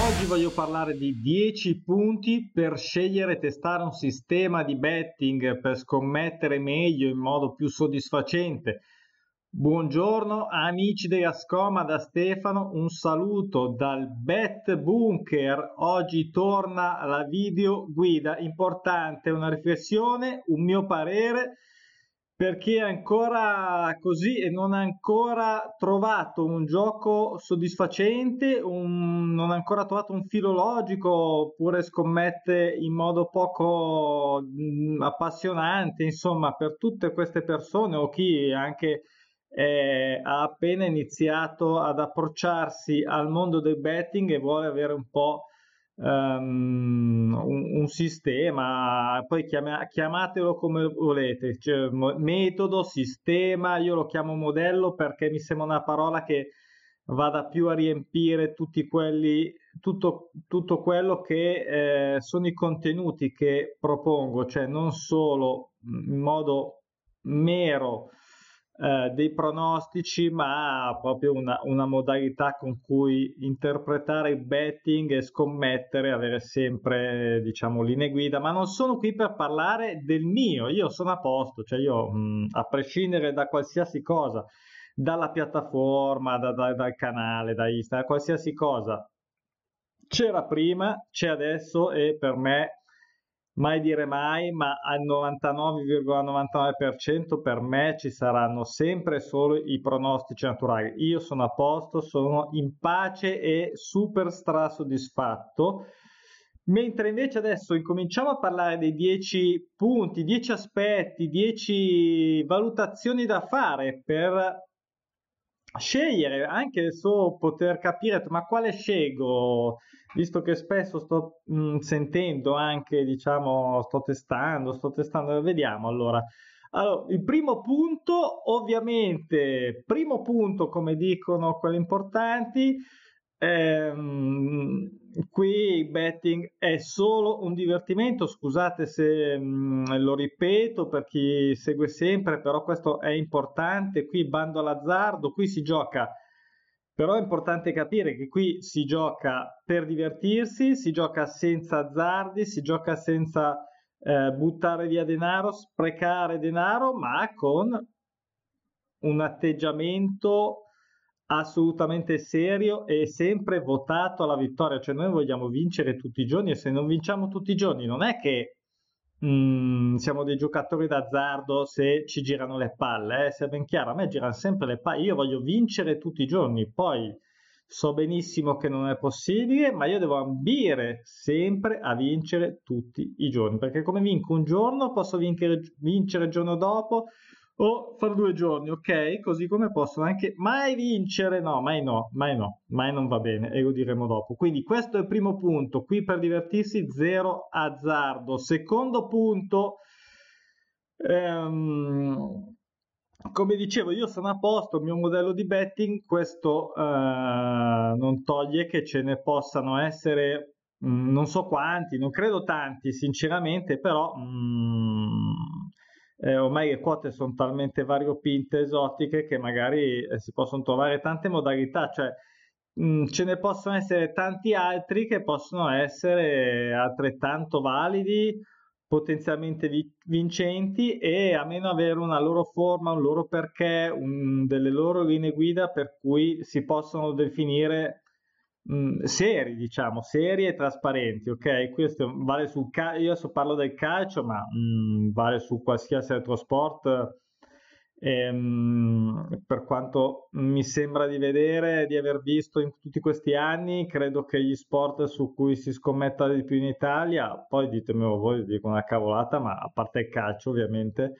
Oggi voglio parlare di 10 punti per scegliere e testare un sistema di betting per scommettere meglio in modo più soddisfacente. Buongiorno amici di Ascoma, da Stefano, un saluto dal Bet Bunker. Oggi torna la video guida importante, una riflessione, un mio parere per chi è ancora così e non ha ancora trovato un gioco soddisfacente, non ha ancora trovato un filo logico, oppure scommette in modo poco appassionante, insomma, per tutte queste persone o chi anche ha appena iniziato ad approcciarsi al mondo del betting e vuole avere un po' un sistema, poi chiamatelo come volete, cioè, metodo, sistema, io lo chiamo modello perché mi sembra una parola che vada più a riempire tutto quello che sono i contenuti che propongo, cioè non solo in modo mero dei pronostici, ma proprio una modalità con cui interpretare il betting e scommettere, avere sempre, diciamo, linee guida. Ma non sono qui per parlare del mio, io sono a posto, cioè io, a prescindere da qualsiasi cosa, dalla piattaforma, dal canale, da Instagram, qualsiasi cosa. C'era prima, c'è adesso e per me mai dire mai, ma al 99,99% per me ci saranno sempre solo i pronostici naturali. Io sono a posto, sono in pace e super strasoddisfatto. Mentre invece adesso incominciamo a parlare dei 10 punti, 10 aspetti, 10 valutazioni da fare per scegliere, anche solo poter capire, ma quale scelgo, visto che spesso sto sentendo anche, diciamo, sto testando, vediamo allora. Allora, il primo punto, ovviamente, primo punto, come dicono quelli importanti, qui il betting è solo un divertimento, scusate se lo ripeto per chi segue sempre, però questo è importante, qui bando all'azzardo, qui si gioca, però è importante capire che qui si gioca per divertirsi, si gioca senza azzardi, si gioca senza buttare via denaro, sprecare denaro, ma con un atteggiamento assolutamente serio e sempre votato alla vittoria, cioè noi vogliamo vincere tutti i giorni e se non vinciamo tutti i giorni non è che siamo dei giocatori d'azzardo se ci girano le palle, sia ben chiaro, a me girano sempre le palle, io voglio vincere tutti i giorni, poi so benissimo che non è possibile, ma io devo ambire sempre a vincere tutti i giorni, perché come vinco un giorno posso vincere il giorno dopo o fare 2 giorni, ok? Così come possono anche mai vincere, no, mai no, mai no, mai non va bene, e lo diremo dopo. Quindi questo è il primo punto, qui per divertirsi zero azzardo. Secondo punto, come dicevo, io sono a posto, il mio modello di betting, questo non toglie che ce ne possano essere, non so quanti, non credo tanti sinceramente, però ormai le quote sono talmente variopinte, esotiche, che magari si possono trovare tante modalità, cioè ce ne possono essere tanti altri che possono essere altrettanto validi, potenzialmente vincenti e almeno avere una loro forma, un loro perché, delle loro linee guida per cui si possono definire seri, diciamo, seri e trasparenti, ok? Questo vale sul io adesso parlo del calcio, ma vale su qualsiasi altro sport. Per quanto mi sembra di vedere, di aver visto in tutti questi anni, credo che gli sport su cui si scommetta di più in Italia, poi ditemelo voi, dico una cavolata, ma a parte il calcio ovviamente,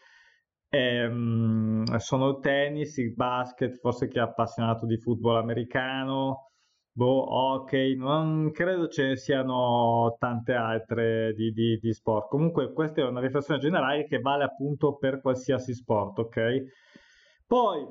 sono il tennis, il basket, forse chi è appassionato di football americano, boh, hockey, non credo ce ne siano tante altre di sport. Comunque questa è una riflessione generale che vale appunto per qualsiasi sport, ok? Poi,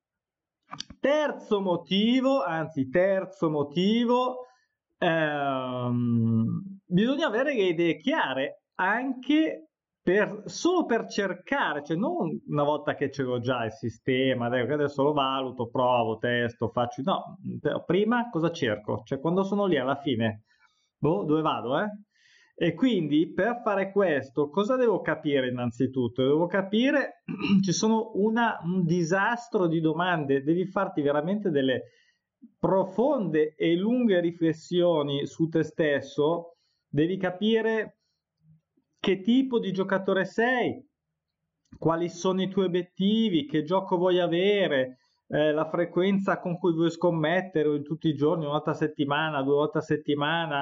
terzo motivo, bisogna avere le idee chiare anche solo per cercare, cioè non una volta che ce l'ho già il sistema, dai, adesso lo valuto, provo, testo, faccio, no, però prima cosa cerco? Cioè quando sono lì alla fine, boh, dove vado, eh? E quindi per fare questo, cosa devo capire innanzitutto? Devo capire, ci sono un disastro di domande, devi farti veramente delle profonde e lunghe riflessioni su te stesso, devi capire che tipo di giocatore sei, quali sono i tuoi obiettivi, che gioco vuoi avere, la frequenza con cui vuoi scommettere in tutti i giorni, una volta a settimana, due volte a settimana,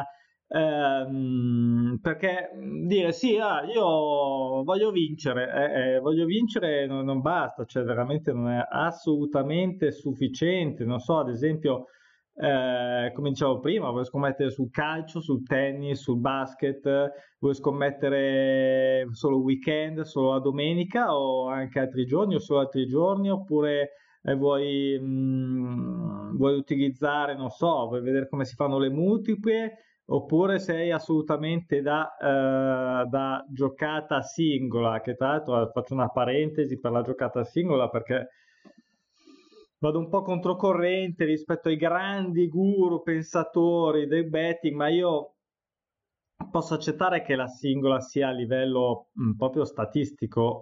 perché dire sì, io voglio vincere non basta, cioè veramente non è assolutamente sufficiente. Non so, ad esempio, come dicevo prima, vuoi scommettere sul calcio, sul tennis, sul basket, vuoi scommettere solo weekend, solo la domenica o anche altri giorni o solo altri giorni, oppure vuoi utilizzare, non so, vuoi vedere come si fanno le multiple, oppure sei assolutamente da giocata singola, che tra l'altro faccio una parentesi per la giocata singola perché vado un po' controcorrente rispetto ai grandi guru pensatori del betting, ma io posso accettare che la singola sia a livello proprio statistico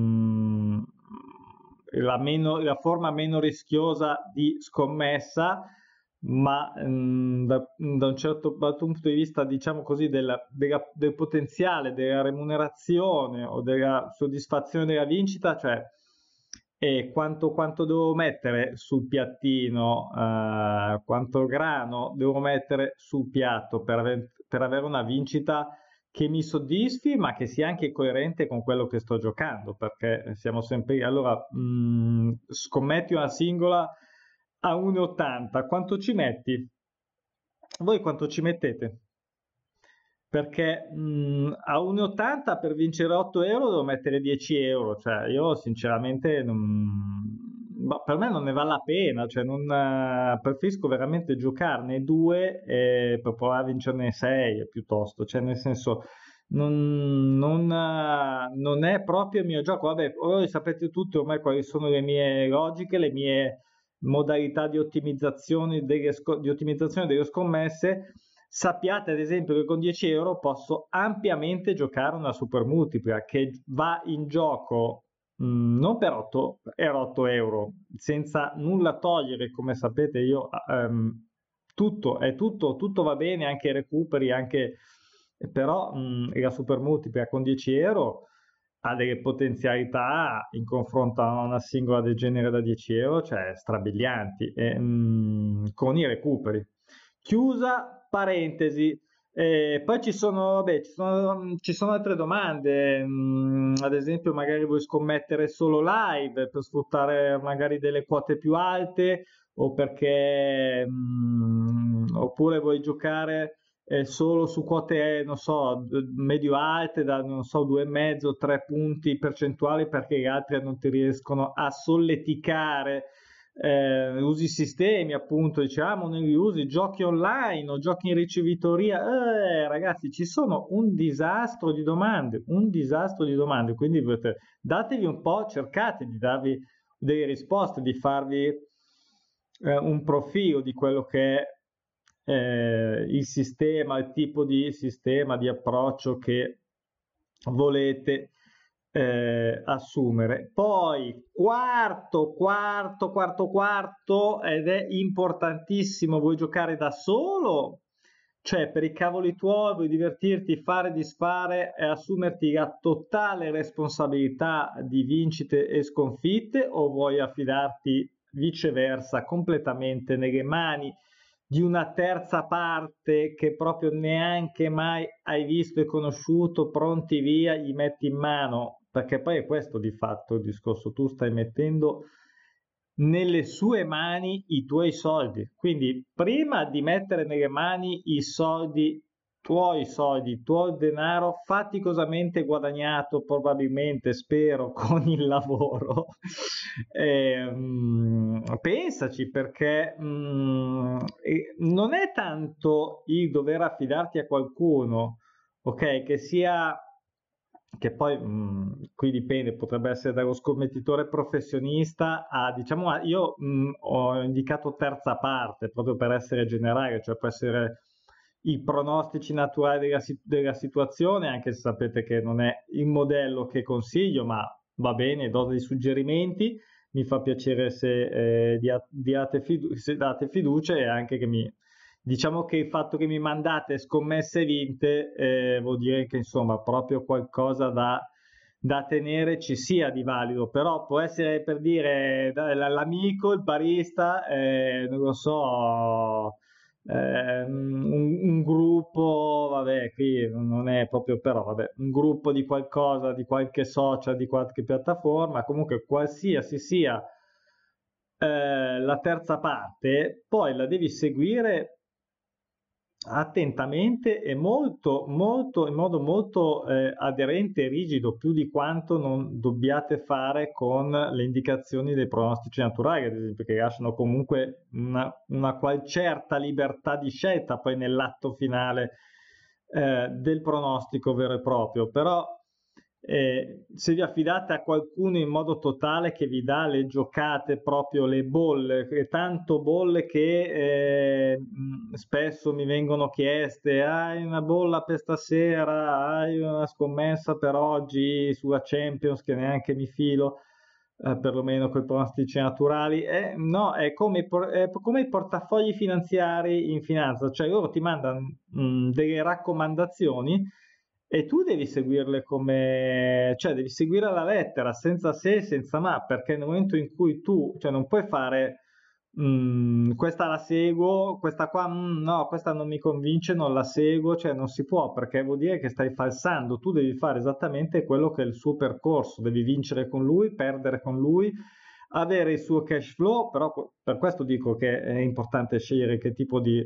la forma meno rischiosa di scommessa, ma da un certo dal punto di vista, diciamo così, del potenziale, della remunerazione o della soddisfazione della vincita, cioè quanto devo mettere sul piattino, quanto grano devo mettere sul piatto per avere una vincita che mi soddisfi, ma che sia anche coerente con quello che sto giocando, perché siamo sempre. Allora, scommetti una singola a 1,80, quanto ci metti? Voi quanto ci mettete? Perché a 1,80 per vincere 8 euro devo mettere 10 euro, cioè io sinceramente per me non ne vale la pena, cioè preferisco veramente giocarne due per provare a vincerne 6 piuttosto, cioè nel senso non è proprio il mio gioco. Vabbè, voi sapete tutti ormai quali sono le mie logiche, le mie modalità di ottimizzazione delle scommesse. Sappiate ad esempio che con 10 euro posso ampiamente giocare una super multipla che va in gioco non per 8 euro, senza nulla togliere, come sapete io, tutto va bene, anche i recuperi, però la super multipla con 10 euro ha delle potenzialità in confronto a una singola del genere da 10 euro, cioè strabilianti, con i recuperi. Chiusa parentesi. Poi ci sono altre domande, ad esempio magari vuoi scommettere solo live per sfruttare magari delle quote più alte o perché oppure vuoi giocare solo su quote, non so, medio-alte da, non so, 2,5, 3 punti percentuali perché gli altri non ti riescono a solleticare. Usi sistemi, appunto, diciamo, non li usi, giochi online o giochi in ricevitoria. Ragazzi, ci sono un disastro di domande, quindi datevi un po', cercate di darvi delle risposte, di farvi un profilo di quello che è il sistema, il tipo di sistema, di approccio che volete assumere. Poi quarto, ed è importantissimo, vuoi giocare da solo? Cioè, per i cavoli tuoi, vuoi divertirti, fare, disfare e assumerti la totale responsabilità di vincite e sconfitte, o vuoi affidarti viceversa completamente nelle mani di una terza parte che proprio neanche mai hai visto e conosciuto, pronti via, gli metti in mano, perché poi è questo di fatto il discorso, tu stai mettendo nelle sue mani i tuoi soldi, quindi prima di mettere nelle mani soldi, il tuo denaro faticosamente guadagnato, probabilmente, spero, con il lavoro, pensaci perché non è tanto il dover affidarti a qualcuno, ok, che sia che poi qui dipende, potrebbe essere dallo scommettitore professionista a, diciamo, io ho indicato terza parte proprio per essere generale, cioè può essere i pronostici naturali della situazione, anche se sapete che non è il modello che consiglio, ma va bene, do dei suggerimenti, mi fa piacere se, se date fiducia e anche che diciamo che il fatto che mi mandate scommesse vinte vuol dire che insomma proprio qualcosa da tenere ci sia di valido, però può essere per dire l'amico, il barista, non lo so, un gruppo, vabbè, qui non è proprio però, vabbè, un gruppo di qualcosa, di qualche social, di qualche piattaforma, comunque qualsiasi sia la terza parte, poi la devi seguire attentamente e in modo molto aderente e rigido, più di quanto non dobbiate fare con le indicazioni dei pronostici naturali, ad esempio, che lasciano comunque una qual certa libertà di scelta poi nell'atto finale del pronostico vero e proprio, però se vi affidate a qualcuno in modo totale che vi dà le giocate, proprio le bolle, tanto bolle che spesso mi vengono chieste: hai una bolla per stasera, hai una scommessa per oggi sulla Champions che neanche mi filo. Perlomeno con i pronostici naturali, no, è come i portafogli finanziari in finanza, cioè loro ti mandano delle raccomandazioni e tu devi seguirle come, cioè devi seguire alla lettera, senza se e senza ma, perché nel momento in cui tu, cioè non puoi fare questa la seguo, questa qua no, questa non mi convince, non la seguo, cioè non si può, perché vuol dire che stai falsando, tu devi fare esattamente quello che è il suo percorso, devi vincere con lui, perdere con lui, avere il suo cash flow, però per questo dico che è importante scegliere che tipo di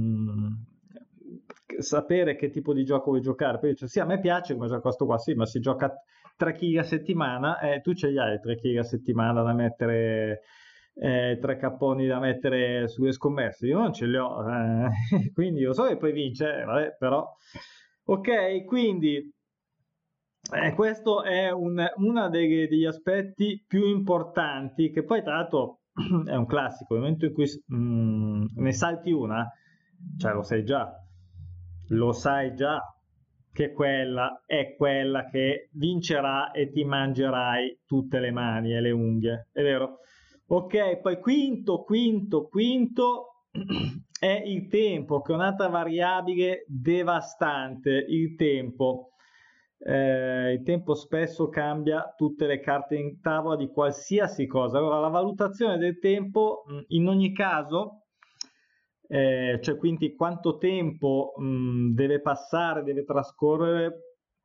sapere che tipo di gioco vuoi giocare. Poi dice, sì, a me piace come gioco questo qua, sì, ma si gioca 3 kg a settimana e tu ce li hai 3 kg a settimana da mettere, 3 capponi da mettere sulle scommesse. Io non ce li ho, quindi io so che poi vince, vabbè, però. Ok, quindi questo è uno degli aspetti più importanti, che poi tra l'altro è un classico, nel momento in cui ne salti una, cioè lo sai già che quella è quella che vincerà e ti mangerai tutte le mani e le unghie, è vero? Ok, poi quinto è il tempo, che è un'altra variabile devastante, il tempo. Il tempo spesso cambia tutte le carte in tavola di qualsiasi cosa. Allora, la valutazione del tempo, in ogni caso, cioè quindi quanto tempo deve passare, deve trascorrere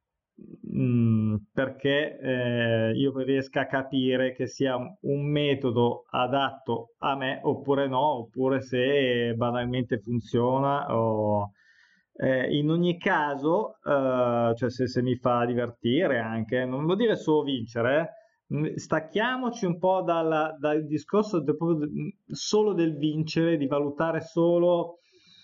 perché io riesca a capire che sia un metodo adatto a me oppure no, oppure se banalmente funziona in ogni caso, cioè se mi fa divertire anche, non vuol dire solo vincere, stacchiamoci un po' dal discorso solo del vincere, di valutare solo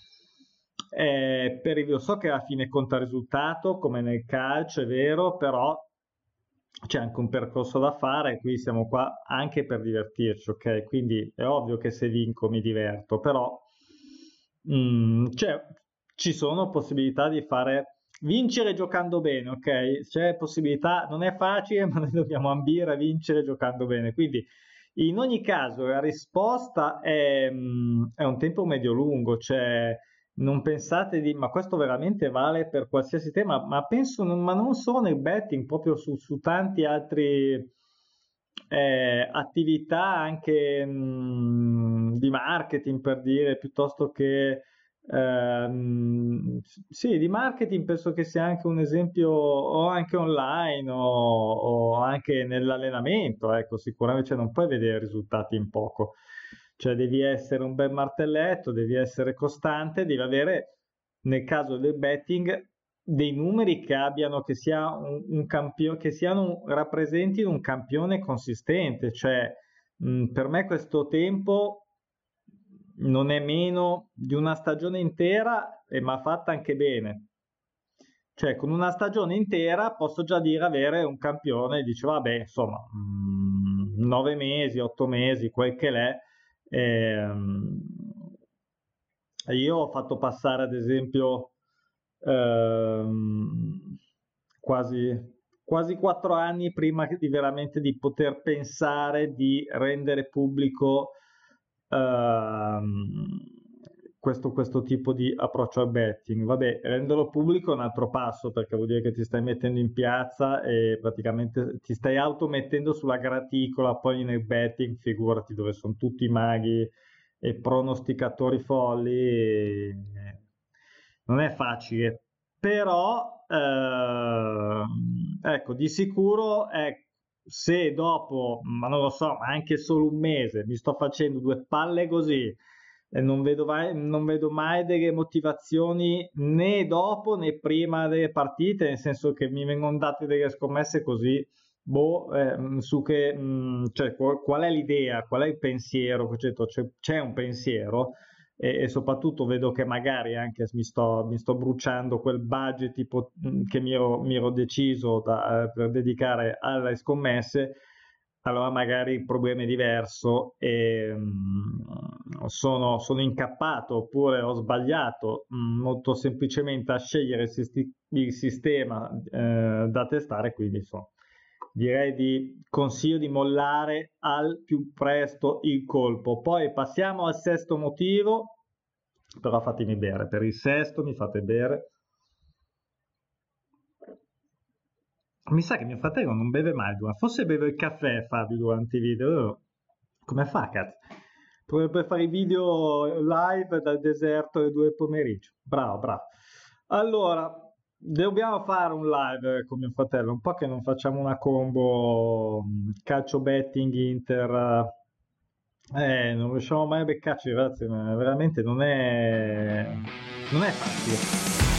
io so che alla fine conta il risultato, come nel calcio, è vero, però c'è anche un percorso da fare, qui siamo qua anche per divertirci, ok? Quindi è ovvio che se vinco mi diverto, però cioè, ci sono possibilità di fare vincere giocando bene, ok? C'è possibilità, non è facile, ma noi dobbiamo ambire a vincere giocando bene. Quindi, in ogni caso, la risposta è un tempo medio-lungo, cioè non pensate di, ma questo veramente vale per qualsiasi tema, ma penso, ma non solo nel betting, proprio su tanti altri attività anche di marketing per dire, piuttosto che sì, di marketing penso che sia anche un esempio o anche online o anche nell'allenamento, ecco, sicuramente cioè, non puoi vedere risultati in poco, cioè devi essere un bel martelletto, devi essere costante, devi avere, nel caso del betting, dei numeri che abbiano, che sia un campione, che siano, rappresentino un campione consistente, cioè per me questo tempo non è meno di una stagione intera, ma fatta anche bene. Cioè, con una stagione intera posso già dire avere un campione, dice, vabbè, insomma, 9 mesi, 8 mesi, quel che l'è. Ehm, io ho fatto passare, ad esempio, ehm, quasi, quasi 4 anni prima di veramente di poter pensare di rendere pubblico ehm, questo tipo di approccio al betting. Vabbè, renderlo pubblico è un altro passo perché vuol dire che ti stai mettendo in piazza e praticamente ti stai automettendo sulla graticola, poi nel betting, figurati dove sono tutti i maghi e pronosticatori folli, non è facile, però ecco, di sicuro se dopo, ma non lo so, ma anche solo un mese mi sto facendo due palle così e non vedo mai delle motivazioni né dopo né prima delle partite, nel senso che mi vengono date delle scommesse così, boh, su che, cioè, qual è l'idea, qual è il pensiero, c'è un pensiero e soprattutto vedo che magari anche mi sto bruciando quel budget tipo, che mi ero deciso per dedicare alle scommesse, allora magari il problema è diverso e sono incappato oppure ho sbagliato molto semplicemente a scegliere il sistema da testare, quindi insomma direi di consiglio di mollare al più presto il colpo. Poi passiamo al sesto motivo, però fatemi bere, per il sesto mi fate bere. Mi sa che mio fratello non beve mai, forse beve il caffè Fabio durante i video. Come fa, cazzo? Potrebbe fare i video live dal deserto alle 2 del pomeriggio. Bravo, bravo. Allora, dobbiamo fare un live con mio fratello, un po' che non facciamo una combo calcio betting Inter. Non riusciamo mai a beccarci, ragazzi, ma veramente non è facile.